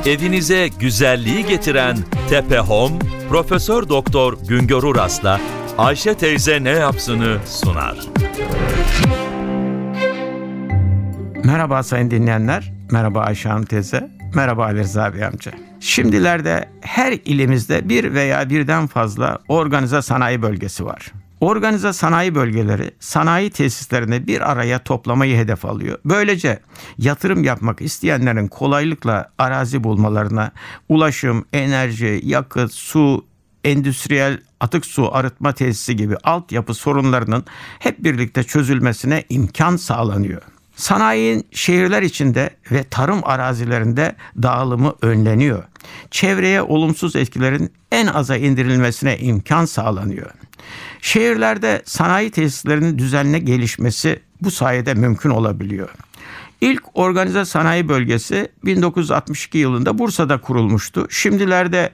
Evinize güzelliği getiren Tepe Home, Profesör Doktor Güngör Uras'la Ayşe teyze ne yapsını sunar. Merhaba sayın dinleyenler, merhaba Ayşe Hanım teyze, merhaba Ali Rıza Bey amca. Şimdilerde her ilimizde bir veya birden fazla organize sanayi bölgesi var. Organize sanayi bölgeleri sanayi tesislerini bir araya toplamayı hedef alıyor. Böylece yatırım yapmak isteyenlerin kolaylıkla arazi bulmalarına, ulaşım, enerji, yakıt, su, endüstriyel atık su arıtma tesisi gibi altyapı sorunlarının hep birlikte çözülmesine imkan sağlanıyor. Sanayinin şehirler içinde ve tarım arazilerinde dağılımı önleniyor. Çevreye olumsuz etkilerin en aza indirilmesine imkan sağlanıyor. Şehirlerde sanayi tesislerinin düzenli gelişmesi bu sayede mümkün olabiliyor. İlk organize sanayi bölgesi 1962 yılında Bursa'da kurulmuştu. Şimdilerde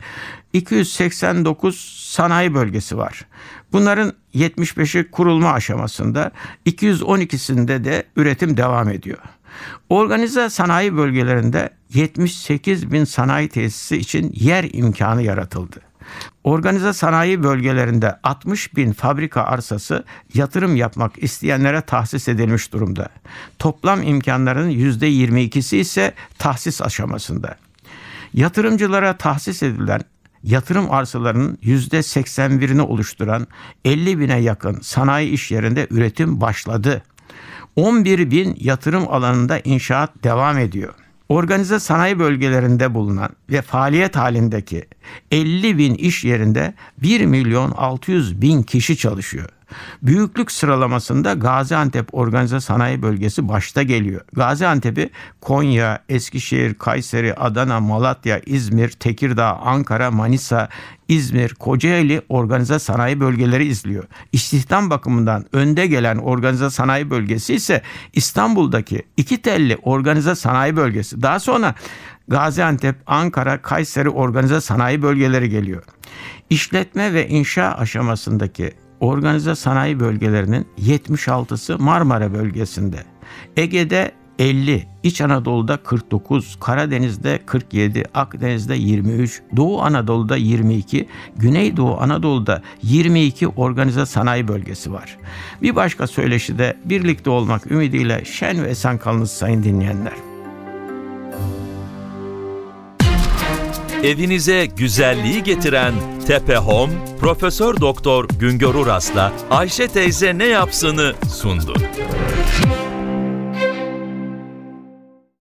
289 sanayi bölgesi var. Bunların 75'i kurulma aşamasında, 212'sinde de üretim devam ediyor. Organize sanayi bölgelerinde 78 bin sanayi tesisi için yer imkanı yaratıldı. Organize sanayi bölgelerinde 60 bin fabrika arsası yatırım yapmak isteyenlere tahsis edilmiş durumda. Toplam imkanların %22'si ise tahsis aşamasında. Yatırımcılara tahsis edilen yatırım arsalarının %81'ini oluşturan 50 bine yakın sanayi iş yerinde üretim başladı. 11 bin yatırım alanında inşaat devam ediyor. Organize sanayi bölgelerinde bulunan ve faaliyet halindeki 50 bin iş yerinde 1 milyon 600 bin kişi çalışıyor. Büyüklük sıralamasında Gaziantep Organize Sanayi Bölgesi başta geliyor. Gaziantep'i Konya, Eskişehir, Kayseri, Adana, Malatya, İzmir, Tekirdağ, Ankara, Manisa, İzmir, Kocaeli organize sanayi bölgeleri izliyor. İstihdam bakımından önde gelen organize sanayi bölgesi ise İstanbul'daki İkitelli Organize Sanayi Bölgesi. Daha sonra Gaziantep, Ankara, Kayseri organize sanayi bölgeleri geliyor. İşletme ve inşa aşamasındaki organize sanayi bölgelerinin 76'sı Marmara bölgesinde. Ege'de 50, İç Anadolu'da 49, Karadeniz'de 47, Akdeniz'de 23, Doğu Anadolu'da 22, Güneydoğu Anadolu'da 22 organize sanayi bölgesi var. Bir başka söyleşide birlikte olmak ümidiyle şen ve esen kalınız sayın dinleyenler. Evinize güzelliği getiren Tepe Home, Profesör Doktor Güngör Uras'la Ayşe teyze ne yapsını sundu.